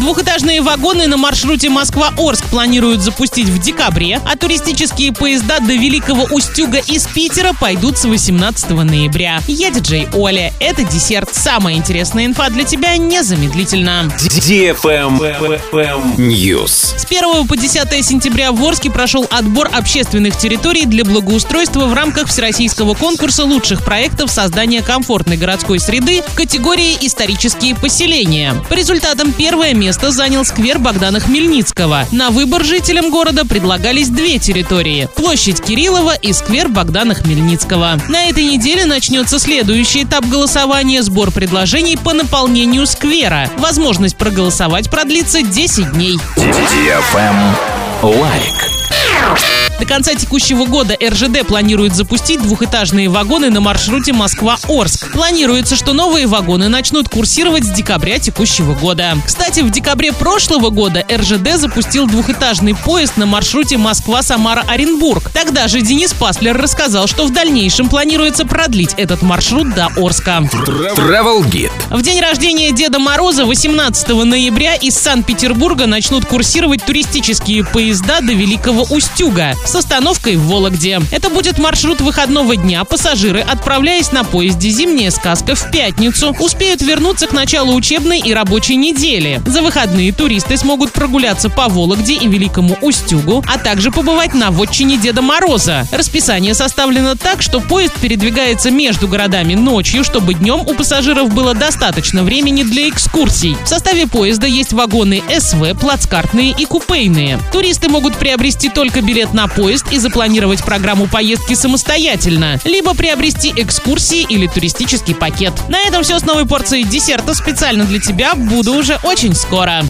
Двухэтажные вагоны на маршруте Москва-Орск планируют запустить в декабре, а туристические поезда до Великого Устюга из Питера пойдут с 18 ноября. Я диджей Оля. Это десерт. Самая интересная инфа для тебя незамедлительно. News. С 1 по 10 сентября в Орске прошел отбор общественных территорий для благоустройства в рамках всероссийского конкурса лучших проектов создания комфортной городской среды в категории «Исторические поселения». По результатам первое место занял сквер Богдана Хмельницкого. На выбор жителям города предлагались две территории – площадь Кириллова и сквер Богдана Хмельницкого. На этой неделе начнется следующий этап голосования – сбор предложений по наполнению сквера. Возможность проголосовать продлится 10 дней. Лайк. До конца текущего года РЖД планирует запустить двухэтажные вагоны на маршруте Москва-Орск. Планируется, что новые вагоны начнут курсировать с декабря текущего года. Кстати, в декабре прошлого года РЖД запустил двухэтажный поезд на маршруте Москва-Самара-Оренбург. Тогда же Денис Паслер рассказал, что в дальнейшем планируется продлить этот маршрут до Орска. Travel Guide. В день рождения Деда Мороза 18 ноября из Санкт-Петербурга начнут курсировать туристические поезда до Великого Устюга с остановкой в Вологде. Это будет маршрут выходного дня. Пассажиры, отправляясь на поезде «Зимняя сказка» в пятницу, успеют вернуться к началу учебной и рабочей недели. За выходные туристы смогут прогуляться по Вологде и Великому Устюгу, а также побывать на вотчине Деда Мороза. Расписание составлено так, что поезд передвигается между городами ночью, чтобы днем у пассажиров было достаточно времени для экскурсий. В составе поезда есть вагоны СВ, плацкартные и купейные. Туристы могут приобрести только билет на поезд и запланировать программу поездки самостоятельно, либо приобрести экскурсии или туристический пакет. На этом все с новой порцией десерта специально для тебя. Буду уже очень скоро.